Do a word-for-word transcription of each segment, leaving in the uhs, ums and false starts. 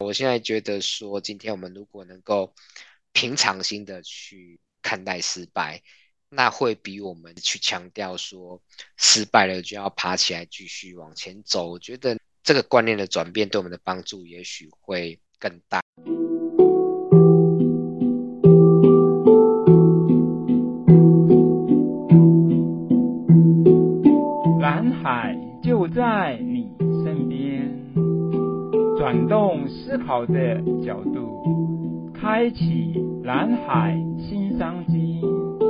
我现在觉得说，今天我们如果能够平常心的去看待失败，那会比我们去强调说失败了就要爬起来继续往前走。我觉得这个观念的转变对我们的帮助也许会更大。 蓝海就在你身边，转动思考的角度，开启蓝海新商机。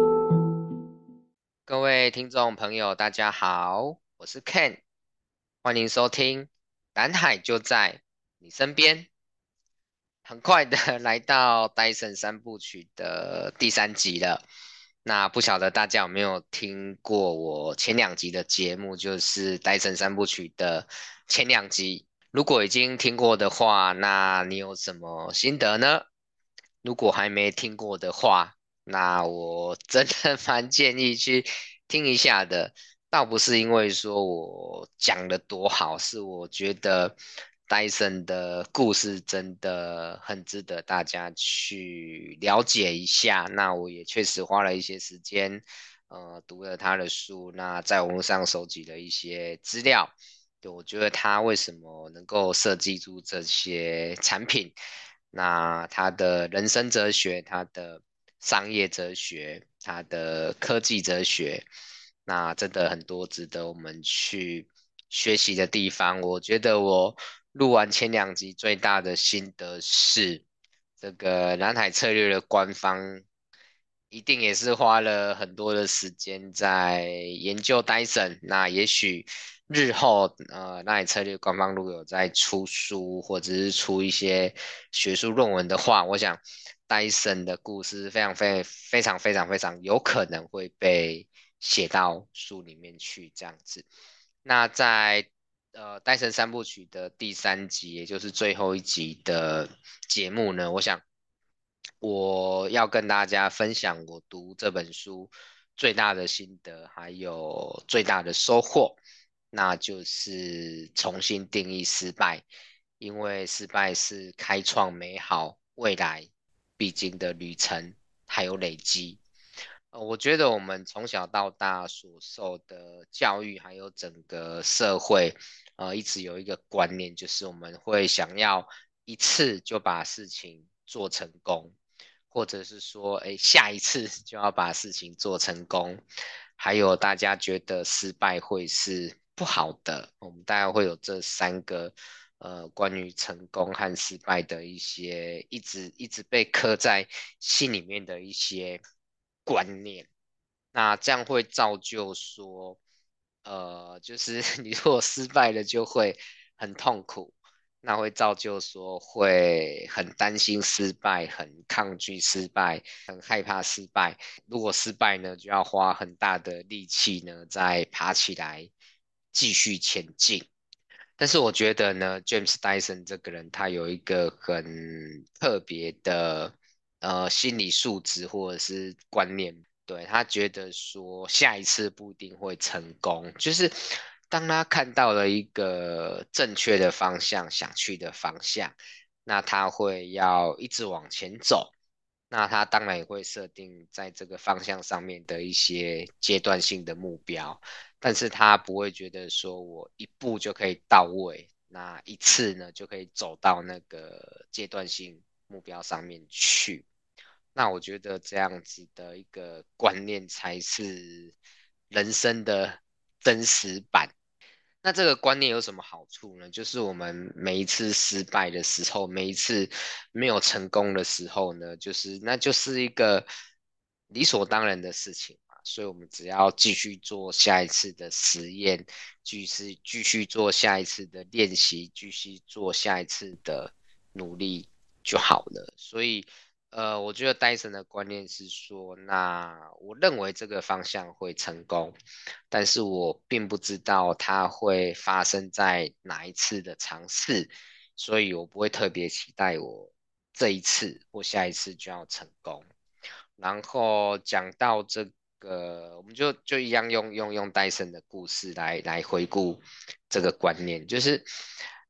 各位听众朋友，大家好，我是 Ken，欢迎收听《蓝海就在你身边》。很快的来到戴森三部曲的第三集了。那不晓得大家有没有听过我前两集的节目，就是戴森三部曲的前两集。如果已经听过的话，那你有什么心得呢？如果还没听过的话，那我真的蛮建议去听一下的。倒不是因为说我讲的多好，是我觉得戴森的故事真的很值得大家去了解一下。那我也确实花了一些时间，呃，读了他的书，那在网络上收集了一些资料。对，我觉得他为什么能够设计出这些产品，那他的人生哲学，他的商业哲学，他的科技哲学，那真的很多值得我们去学习的地方。我觉得我录完前两集最大的心得是，这个蓝海策略的官方一定也是花了很多的时间在研究 Dyson。那也许日后呃蓝海策略官方如果有在出书或者是出一些学术论文的话，我想 Dyson 的故事非常非非常非常非常有可能会被写到书里面去这样子。那在呃戴森三部曲的第三集，也就是最后一集的节目呢，我想我要跟大家分享我读这本书最大的心得，还有最大的收获，那就是重新定义失败，因为失败是开创美好未来必经的旅程，还有累积。呃，我觉得我们从小到大所受的教育，还有整个社会，呃，一直有一个观念，就是我们会想要一次就把事情做成功，或者是说，哎，下一次就要把事情做成功。还有大家觉得失败会是不好的，我们大概会有这三个，呃，关于成功和失败的一些一直一直被刻在心里面的一些观念。那这样会造就说，呃，就是你如果失败了就会很痛苦，那会造就说会很担心失败，很抗拒失败，很害怕失败。如果失败呢，就要花很大的力气呢，再爬起来继续前进。但是我觉得呢，James Dyson 这个人他有一个很特别的呃心理素质或者是观念，对，他觉得说下一次不一定会成功，就是当他看到了一个正确的方向，想去的方向，那他会要一直往前走。那他当然也会设定在这个方向上面的一些阶段性的目标。但是他不会觉得说我一步就可以到位，那一次呢就可以走到那个阶段性目标上面去。那我觉得这样子的一个观念才是人生的真实版。那这个观念有什么好处呢？就是我们每一次失败的时候，每一次没有成功的时候呢，就是那就是一个理所当然的事情嘛。所以我们只要继续做下一次的实验，继续继续做下一次的练习，继续做下一次的努力就好了。所以呃，我觉得戴森的观念是说，那我认为这个方向会成功，但是我并不知道它会发生在哪一次的尝试，所以我不会特别期待我这一次或下一次就要成功。然后讲到这个，我们就就一样用用用戴森的故事来来回顾这个观念，就是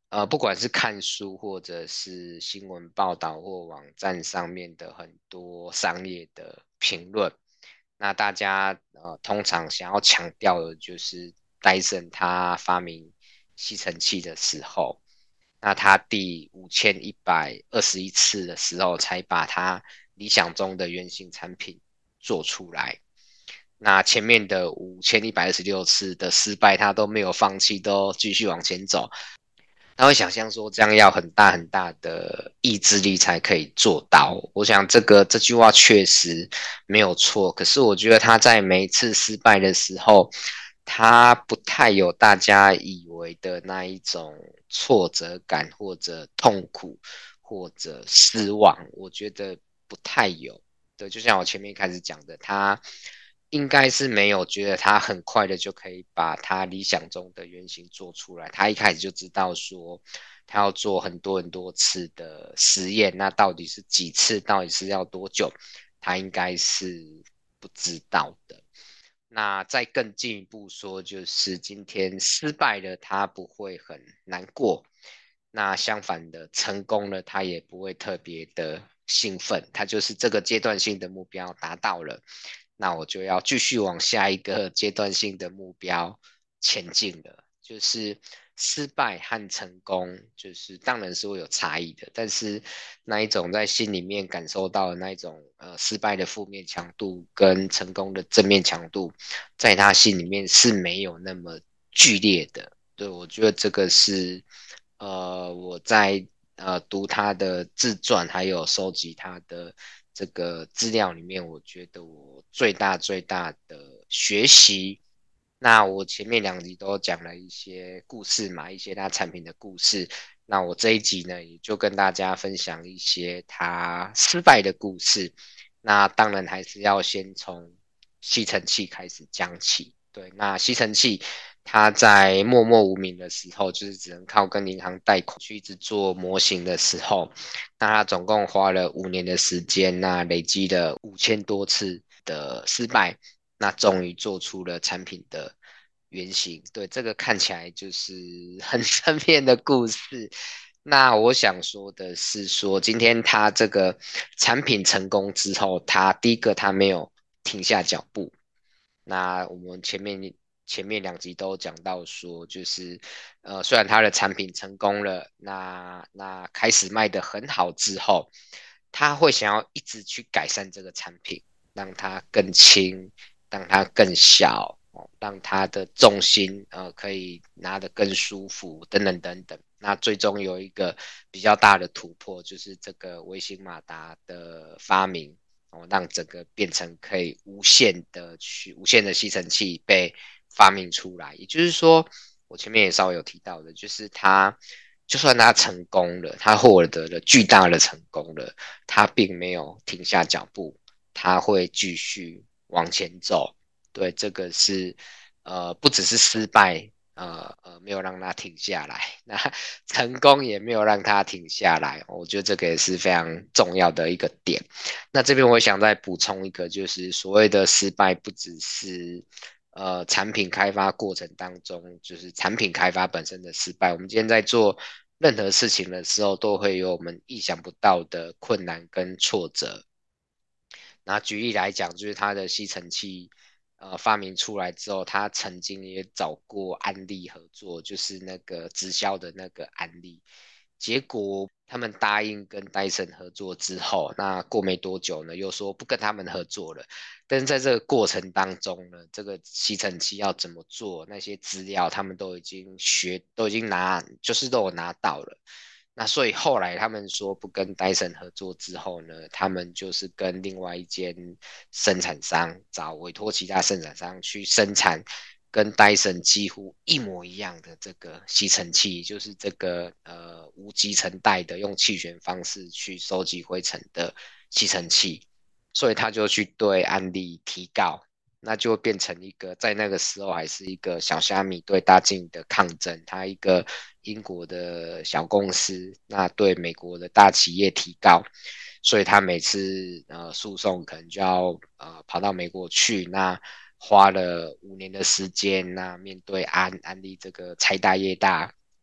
呃，不管是看书或者是新闻报道或网站上面的很多商业的评论，那大家呃通常想要强调的就是戴森他发明吸尘器的时候，那他第五千一百二十一次的时候才把他理想中的原型产品做出来。那前面的五千一百二十六次的失败，他都没有放弃，都继续往前走。他会想象说，这样要很大很大的意志力才可以做到。我想这个这句话确实没有错，可是我觉得他在每一次失败的时候，他不太有大家以为的那一种挫折感，或者痛苦，或者失望。我觉得不太有。对，就像我前面开始讲的，他应该是没有觉得他很快的就可以把他理想中的原型做出来。他一开始就知道说，他要做很多很多次的实验，那到底是几次，到底是要多久，他应该是不知道的。那再更进一步说，就是今天失败了，他不会很难过。那相反的，成功了，他也不会特别的兴奋，他就是这个阶段性的目标达到了，那我就要继续往下一个阶段性的目标前进了。就是失败和成功，就是当然是会有差异的，但是那一种在心里面感受到的那一种呃失败的负面强度跟成功的正面强度，在他心里面是没有那么剧烈的。对，我觉得这个是呃我在呃读他的自传，还有收集他的这个资料里面，我觉得我最大最大的学习。那我前面两集都讲了一些故事嘛，一些他产品的故事。那我这一集呢，也就跟大家分享一些他失败的故事。那当然还是要先从吸尘器开始讲起。对，那吸尘器它在默默无名的时候，就是只能靠跟银行贷款去一直做模型的时候，那他总共花了五年的时间，那累积了五千多次的失败，那终于做出了产品的原型。对，这个看起来就是很正面的故事。那我想说的是说，今天他这个产品成功之后，他第一个他没有停下脚步。那我们前面前面两集都讲到说，就是呃，虽然他的产品成功了，那那开始卖得很好之后，他会想要一直去改善这个产品，让它更轻，让它更小，哦，让它的重心呃可以拿得更舒服，等等等等。那最终有一个比较大的突破，就是这个微型马达的发明。哦，让整个变成可以无限的去无限的吸尘器被发明出来。也就是说，我前面也稍微有提到的，就是他就算他成功了，他获得了巨大的成功了，他并没有停下脚步，他会继续往前走。对，这个是呃不只是失败。呃呃，没有让他停下来，那成功也没有让他停下来，我觉得这个也是非常重要的一个点。那这边我想再补充一个，就是所谓的失败，不只是呃产品开发过程当中，就是产品开发本身的失败。我们今天在做任何事情的时候，都会有我们意想不到的困难跟挫折。那举例来讲，就是它的吸尘器，呃，发明出来之后，他曾经也找过安利合作，就是那个直销的那个安利。结果他们答应跟戴森合作之后，那过没多久呢，又说不跟他们合作了。但是在这个过程当中呢，这个吸尘器要怎么做，那些资料他们都已经学，都已经拿，就是都有拿到了。那所以后来他们说不跟戴森合作之后呢，他们就是跟另外一间生产商找委托其他生产商去生产跟戴森几乎一模一样的这个吸尘器，就是这个呃无集尘带的用气旋方式去收集灰尘的吸尘器，所以他就去对安利提告。那就变成一个在那个时候还是一个小虾米对大金的抗争，他一个英国的小公司，那对美国的大企业提告，所以他每次呃诉讼可能就要呃跑到美国去，那花了五年的时间，那面对安安利这个财大业大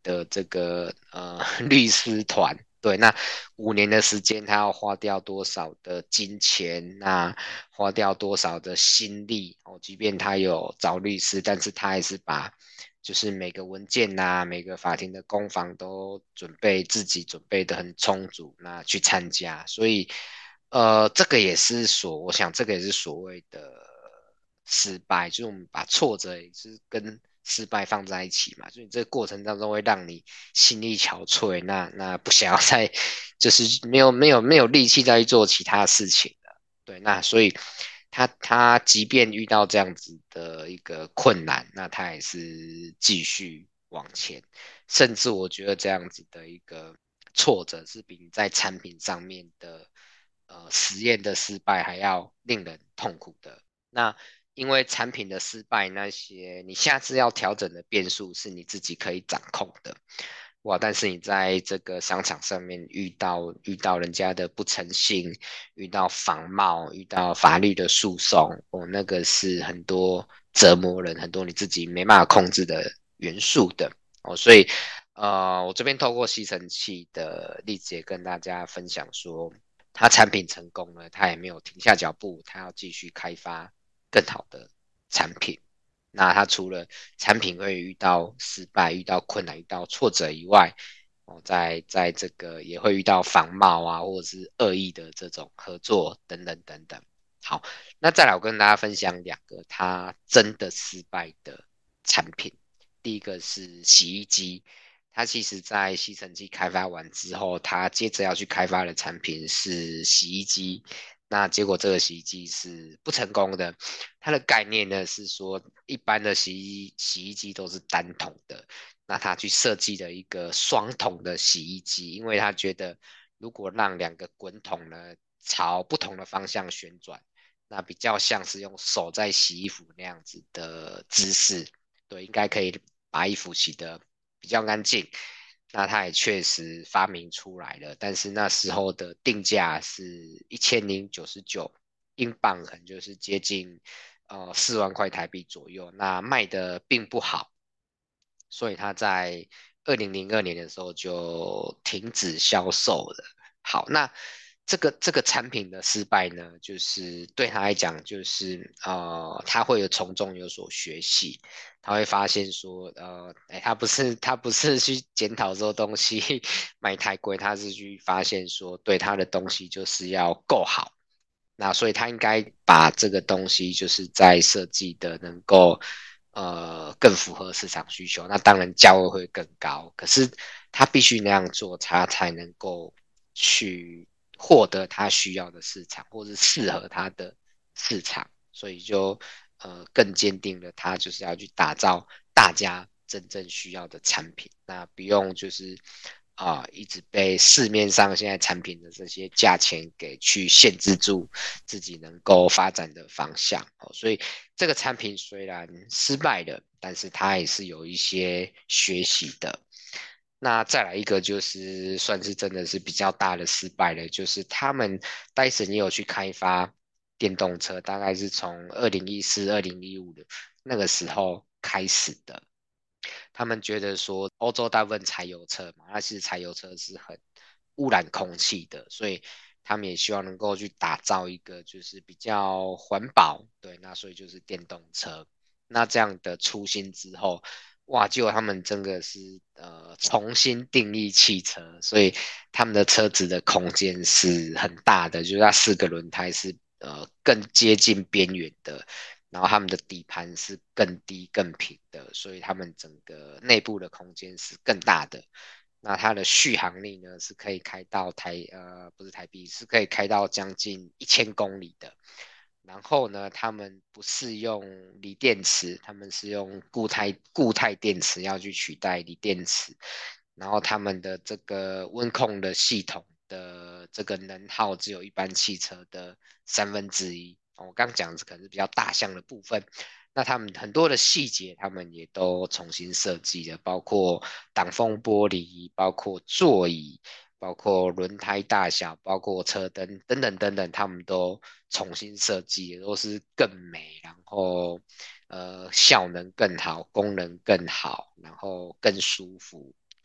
的这个呃律师团。对，那五年的时间，他要花掉多少的金钱？那花掉多少的心力？哦，即便他有找律师，但是他还是把就是每个文件呐、每个法庭的攻防都准备自己准备的很充足，那去参加。所以，呃，这个也是所，我想这个也是所谓的失败，就是我们把挫折也是跟失败放在一起嘛，所以这个过程当中会让你心力憔悴，那那不想要再就是没有没有没有力气再去做其他事情了。对，那所以他他即便遇到这样子的一个困难，那他也是继续往前，甚至我觉得这样子的一个挫折是比你在产品上面的呃实验的失败还要令人痛苦的。那因为产品的失败，那些你下次要调整的变数是你自己可以掌控的。哇！但是你在这个商场上面遇到遇到人家的不诚信，遇到仿冒，遇到法律的诉讼，哦，那个是很多折磨人，很多你自己没办法控制的元素的哦。所以，呃，我这边透过吸尘器的例子也跟大家分享说，他产品成功了，他也没有停下脚步，他要继续开发更好的产品。那他除了产品会遇到失败、遇到困难、遇到挫折以外，哦，在在这个也会遇到仿冒啊，或者是恶意的这种合作等等等等。好，那再来我跟大家分享两个他真的失败的产品。第一个是洗衣机，它其实在吸尘器开发完之后，它接着要去开发的产品是洗衣机。那结果这个洗衣机是不成功的。它的概念呢是说，一般的洗衣洗衣机都是单桶的，那他去设计了一个双桶的洗衣机，因为他觉得如果让两个滚筒呢朝不同的方向旋转，那比较像是用手在洗衣服那样子的姿势，对，应该可以把衣服洗得比较干净。那他也确实发明出来了，但是那时候的定价是一千零九十九英镑，可能就是接近呃四万块台币左右，那卖的并不好，所以他在二零零二年的时候就停止销售了。好，那这个这个产品的失败呢，就是对他来讲，就是呃，他会有从中有所学习，他会发现说，呃，哎，他不是他不是去检讨说东西卖太贵，他是去发现说，对他的东西就是要够好。那所以他应该把这个东西就是在设计的能够呃更符合市场需求，那当然价位会更高，可是他必须那样做，他才能够去获得他需要的市场，或是适合他的市场，所以就呃更坚定了他就是要去打造大家真正需要的产品，那不用就是啊、呃一直被市面上现在产品的这些价钱给去限制住自己能够发展的方向哦。所以这个产品虽然失败了，但是它也是有一些学习的。那再来一个就是算是真的是比较大的失败了，就是他们戴森也有去开发电动车，大概是从二零一四、二零一五的那个时候开始的。他们觉得说，欧洲大部分柴油车嘛，那其实柴油车是很污染空气的，所以他们也希望能够去打造一个就是比较环保，对，那所以就是电动车。那这样的出新之后，哇，结果他们真的是呃重新定义汽车，所以他们的车子的空间是很大的，就是它四个轮胎是呃更接近边缘的，然后他们的底盘是更低更平的，所以他们整个内部的空间是更大的。那它的续航力呢是可以开到台呃不是台币，是可以开到将近一千公里的。然后呢，他们不是用锂电池，他们是用固态固态电池要去取代锂电池。然后他们的这个温控的系统的这个能耗只有一般汽车的三分之一。我刚讲的可能是比较大项的部分。那他们很多的细节，他们也都重新设计了，包括挡风玻璃，包括座椅，包括轮胎大小，包括车灯等等等等，他们都重新设计，都是更美，然后呃效能更好，功能更好，然后更舒服，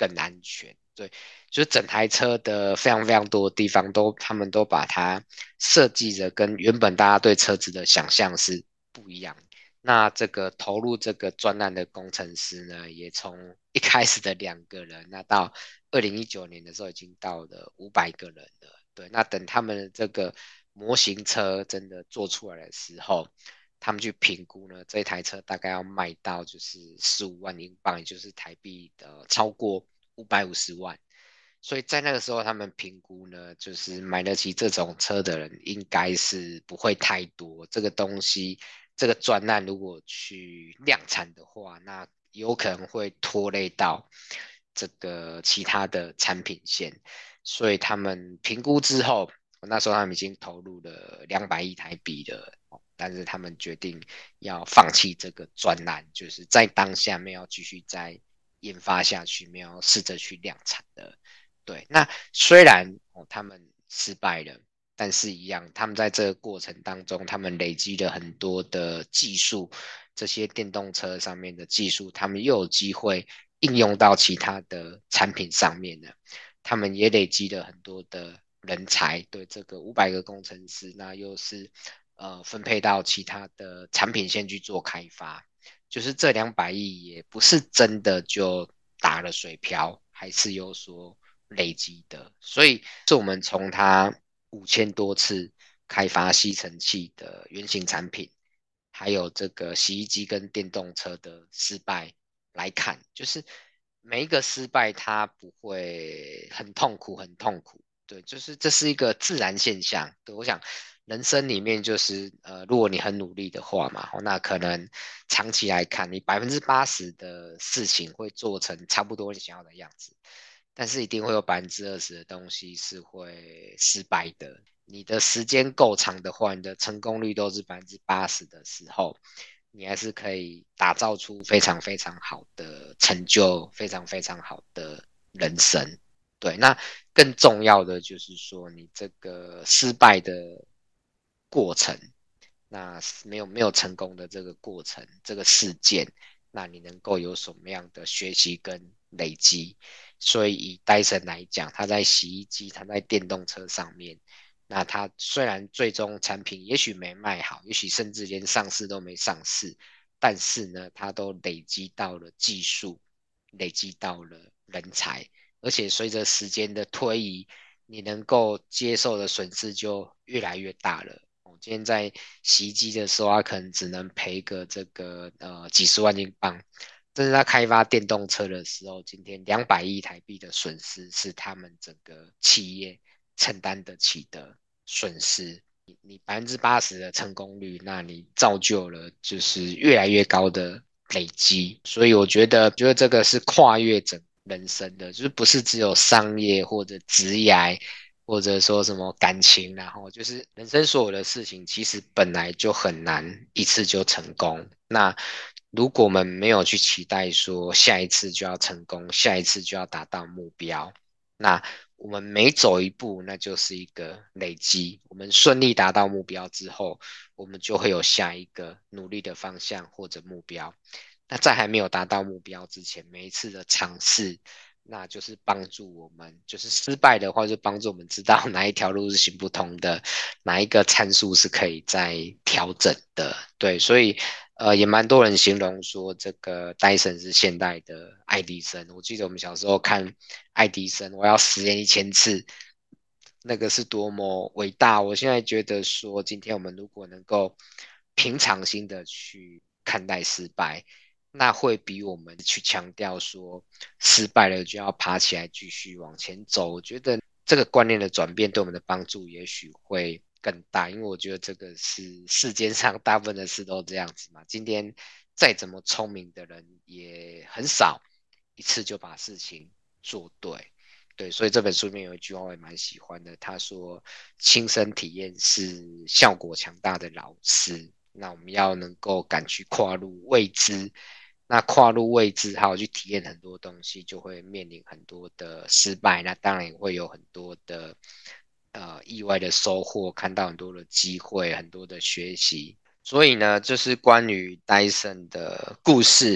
更安全。对，就是整台车的非常非常多的地方都，他们都把它设计的跟原本大家对车子的想象是不一样的。那这个投入这个专案的工程师呢，也从一开始的两个人，那到二零一九年的时候已经到了五百个人了。对，那等他们这个模型车真的做出来的时候，他们去评估呢，这台车大概要卖到就是十五万英镑，也就是台币的超过五百五十万。所以在那个时候，他们评估呢，就是买得起这种车的人应该是不会太多。这个东西，这个专案如果去量产的话，那有可能会拖累到这个其他的产品线。所以他们评估之后，那时候他们已经投入了两百亿台币了，但是他们决定要放弃这个专案，就是在当下没有继续再研发下去，没有试着去量产的。对，那虽然、哦、他们失败了，但是一样，他们在这个过程当中，他们累积了很多的技术，这些电动车上面的技术，他们又有机会应用到其他的产品上面了。他们也累积了很多的人才，对这个五百个工程师，那又是呃分配到其他的产品线去做开发。就是这两百亿也不是真的就打了水漂，还是有所累积的。所以是我们从它五千多次开发吸尘器的原型产品，还有这个洗衣机跟电动车的失败来看，就是每一个失败它不会很痛苦很痛苦，对，就是这是一个自然现象。对，我想人生里面就是呃，如果你很努力的话嘛，那可能长期来看，你百分之八十的事情会做成差不多你想要的样子，但是一定会有百分之二十的东西是会失败的。你的时间够长的话，你的成功率都是百分之八十的时候，你还是可以打造出非常非常好的成就，非常非常好的人生。对，那更重要的就是说，你这个失败的过程，那没有没有成功的这个过程，这个事件，那你能够有什么样的学习跟累积？所以以戴森来讲，它在洗衣机，它在电动车上面，那它虽然最终产品也许没卖好，也许甚至连上市都没上市，但是呢，它都累积到了技术，累积到了人才，而且随着时间的推移，你能够接受的损失就越来越大了。哦，今天在洗衣机的时候，它可能只能赔个这个呃几十万英镑，但是他开发电动车的时候，今天两百亿台币的损失是他们整个企业承担得起的损失。你你百分之八十的成功率，那你造就了就是越来越高的累积。所以我觉得，觉得这个是跨越整人生的，就是不是只有商业或者职业，或者说什么感情，然后就是人生所有的事情，其实本来就很难一次就成功。那如果我们没有去期待说下一次就要成功，下一次就要达到目标，那我们每走一步，那就是一个累积。我们顺利达到目标之后，我们就会有下一个努力的方向或者目标。那在还没有达到目标之前，每一次的尝试，那就是帮助我们，就是失败的话，就帮助我们知道哪一条路是行不通的，哪一个参数是可以再调整的。对，所以呃，也蛮多人形容说这个戴森是现代的爱迪生。我记得我们小时候看爱迪生，我要实验一千次，那个是多么伟大。我现在觉得说，今天我们如果能够平常心的去看待失败，那会比我们去强调说失败了就要爬起来继续往前走。我觉得这个观念的转变对我们的帮助也许会更大，因为我觉得这个是世间上大部分的事都这样子嘛。今天再怎么聪明的人也很少一次就把事情做对。对，所以这本书里面有一句话我也蛮喜欢的，他说亲身体验是效果强大的老师。那我们要能够敢去跨入未知，那跨入未知还有去体验很多东西，就会面临很多的失败，那当然也会有很多的呃意外的收获，看到很多的机会，很多的学习。所以呢，就是关于戴森的故事，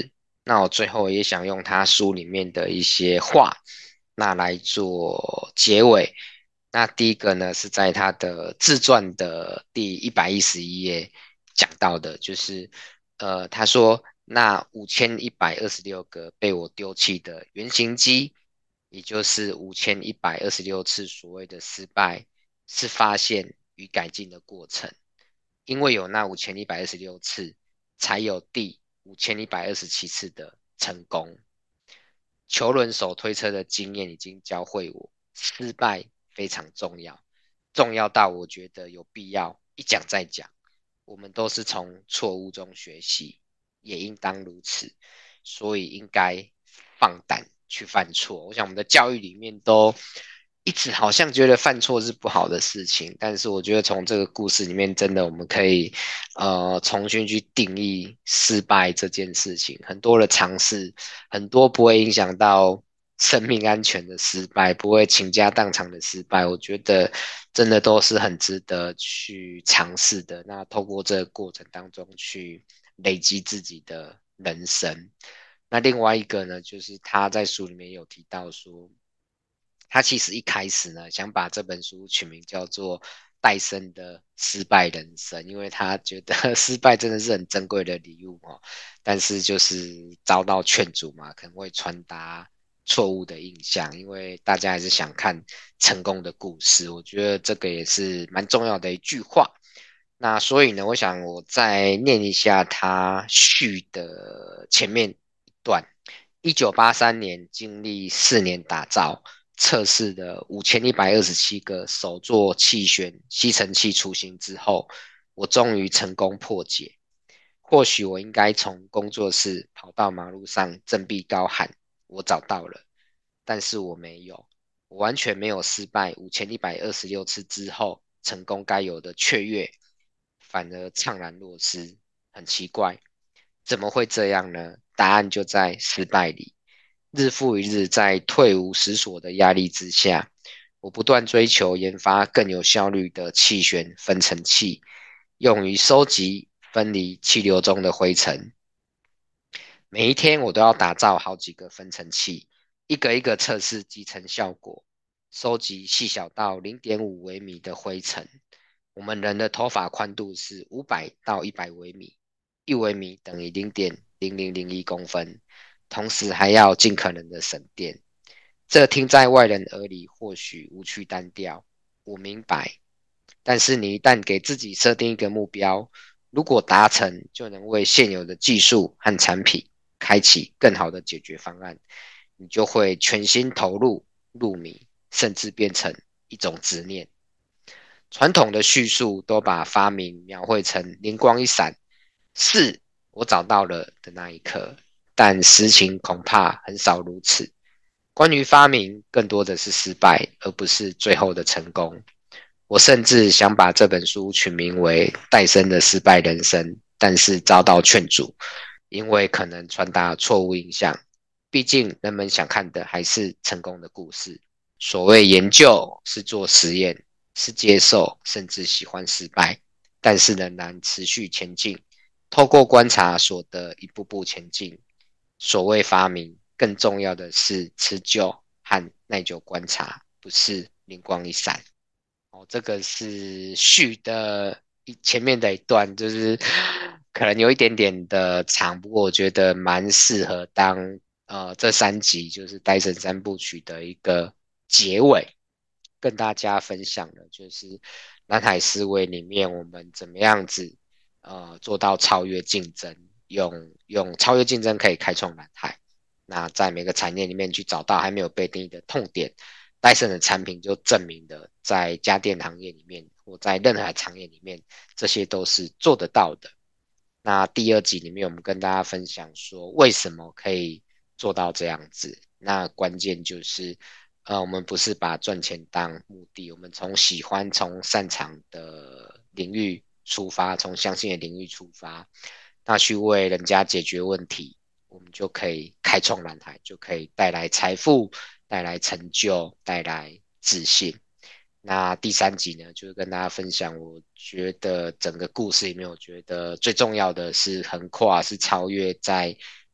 那我最后也想用他书里面的一些话，那来做结尾。那第一个呢，是在他的自传的第一百一十一页讲到的，就是呃，他说那五千一百二十六个被我丢弃的原型机，也就是五千一百二十六次所谓的失败，是发现与改进的过程。因为有那五千一百二十六次，才有第五千一百二十七次的成功。球轮手推车的经验已经教会我，失败非常重要，重要到我觉得有必要一讲再讲。我们都是从错误中学习，也应当如此，所以应该放胆去犯错。我想我们的教育里面都一直好像觉得犯错是不好的事情，但是我觉得从这个故事里面，真的我们可以呃重新去定义失败这件事情。很多的尝试，很多不会影响到生命安全的失败，不会倾家荡产的失败，我觉得真的都是很值得去尝试的。那透过这个过程当中去累积自己的人生。那另外一个呢，就是他在书里面有提到说，他其实一开始呢，想把这本书取名叫做戴森的失败人生，因为他觉得失败真的是很珍贵的礼物哦。但是就是遭到劝阻嘛，可能会传达错误的印象，因为大家还是想看成功的故事。我觉得这个也是蛮重要的一句话。那所以呢，我想我再念一下他序的前面一段。一九八三年经历四年打造，测试的五千一百二十七个手作气旋吸尘器雏形之后，我终于成功破解。或许我应该从工作室跑到马路上振臂高喊：“我找到了！”但是我没有，我完全没有失败五千一百二十六次之后成功该有的雀跃，反而怅然若失。很奇怪，怎么会这样呢？答案就在失败里。日复一日，在退无实所的压力之下，我不断追求研发更有效率的气旋分层器，用于收集、分离气流中的灰尘。每一天我都要打造好几个分层器，一个一个测试集成效果，收集细小到零点五微米的灰尘。我们人的头发宽度是五百到一百微米，一微米等于零点零零零一公分，同时还要尽可能的省电。这听在外人耳里或许无趣单调，我明白。但是你一旦给自己设定一个目标，如果达成，就能为现有的技术和产品开启更好的解决方案，你就会全心投入入迷，甚至变成一种执念。传统的叙述都把发明描绘成灵光一闪，是我找到了的那一刻，但实情恐怕很少如此。关于发明，更多的是失败，而不是最后的成功。我甚至想把这本书取名为戴森的失败人生，但是遭到劝阻，因为可能传达错误印象。毕竟人们想看的还是成功的故事。所谓研究是做实验，是接受甚至喜欢失败，但是仍然持续前进，透过观察所得一步步前进。所谓发明，更重要的是持久和耐久观察，不是灵光一闪。哦，这个是序的一前面的一段，就是可能有一点点的长，不过我觉得蛮适合当呃这三集就是戴森三部曲的一个结尾，跟大家分享的就是蓝海思维里面我们怎么样子呃做到超越竞争，用用超越竞争可以开创蓝海。那在每个产业里面去找到还没有被定义的痛点。戴森的产品就证明了，在家电行业里面，或在任何行业里面，这些都是做得到的。那第二集里面，我们跟大家分享说，为什么可以做到这样子？那关键就是，呃，我们不是把赚钱当目的，我们从喜欢、从擅长的领域出发，从相信的领域出发，那去为人家解决问题，我们就可以开创蓝海，就可以带来财富。带来成就，带来自信。那第三集呢，就是跟大家分享，我觉得整个故事里面，我觉得最重要的是横跨，是超越在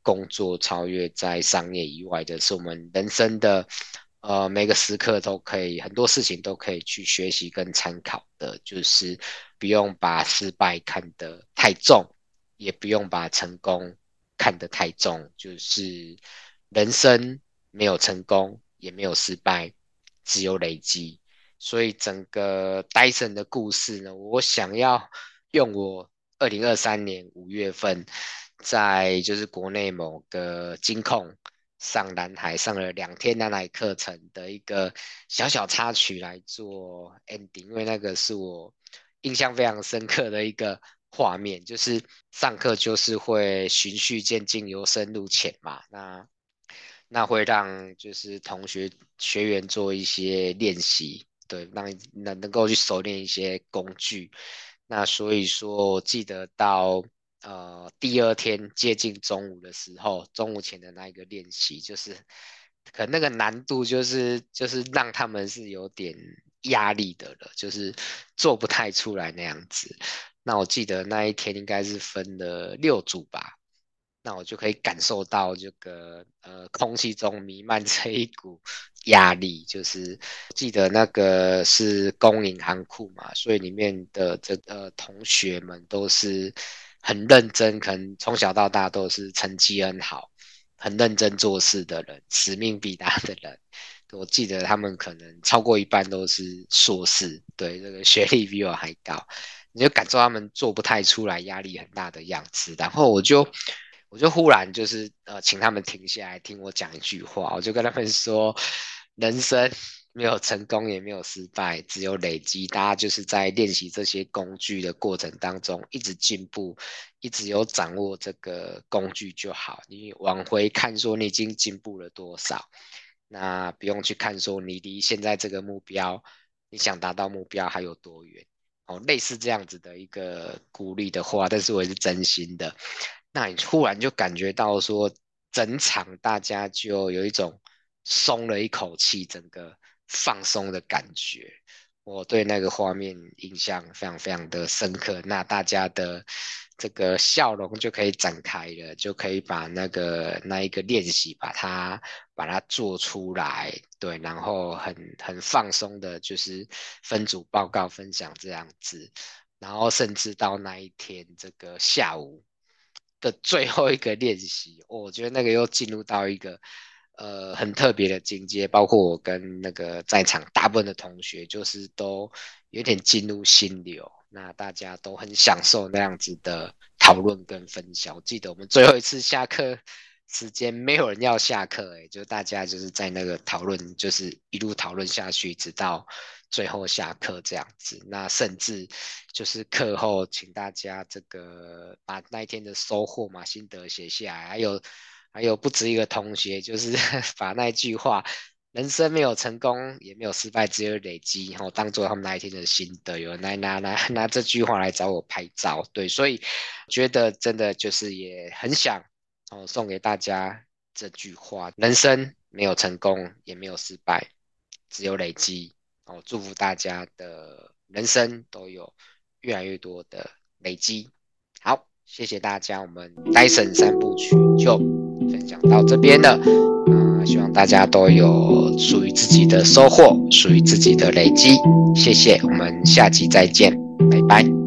工作，超越在商业以外的，是我们人生的呃每个时刻都可以，很多事情都可以去学习跟参考的，就是不用把失败看得太重，也不用把成功看得太重，就是人生没有成功，也没有失败，只有累积。所以整个 Dyson 的故事呢，我想要用我二零二三年五月份在就是国内某个金控上蓝海上了两天蓝海课程的一个小小插曲来做 ending，因为那个是我印象非常深刻的一个画面，就是上课就是会循序渐进，由深入浅嘛，那那会让就是同学学员做一些练习，对，让能能够去熟练一些工具。那所以说，我记得到呃第二天接近中午的时候，中午前的那一个练习，就是可能那个难度就是就是让他们是有点压力的了，就是做不太出来那样子。那我记得那一天应该是分了六组吧，那我就可以感受到这个呃空气中弥漫着一股压力，就是记得那个是公营行库嘛，所以里面的这呃同学们都是很认真，可能从小到大都是成绩很好，很认真做事的人，使命必达的人。我记得他们可能超过一半都是硕士，对，这个学历比我还高，你就感受他们做不太出来，压力很大的样子。然后我就我就忽然就是呃，请他们停下来听我讲一句话，我就跟他们说，人生没有成功也没有失败，只有累积。大家就是在练习这些工具的过程当中，一直进步，一直有掌握这个工具就好。你往回看说你已经进步了多少，那不用去看说你离现在这个目标，你想达到目标还有多远。哦，类似这样子的一个鼓励的话，但是我也是真心的。那你忽然就感觉到说，整场大家就有一种松了一口气，整个放松的感觉。我对那个画面印象非常非常的深刻。那大家的这个笑容就可以展开了，就可以把那个那一个练习把它把它做出来，对，然后很很放松的，就是分组报告分享这样子。然后甚至到那一天这个下午的最后一个练习，哦，我觉得那个又进入到一个呃很特别的境界，包括我跟那个在场大部分的同学，就是都有点进入心流，那大家都很享受那样子的讨论跟分享。我记得我们最后一次下课时间，没有人要下课，哎，就大家就是在那个讨论，就是一路讨论下去，直到最后下课这样子。那甚至就是课后请大家这个把那一天的收获嘛、心得写下来，还有还有不止一个同学就是把那句话人生没有成功，也没有失败，只有累积，然后当做他们那一天的心得。有人来拿拿拿这句话来找我拍照，对，所以觉得真的就是也很想哦送给大家这句话：人生没有成功，也没有失败，只有累积。哦，祝福大家的人生都有越来越多的累积。好，谢谢大家，我们 Dyson 三部曲就分享到这边了。呃，希望大家都有属于自己的收获，属于自己的累积。谢谢，我们下集再见，拜拜。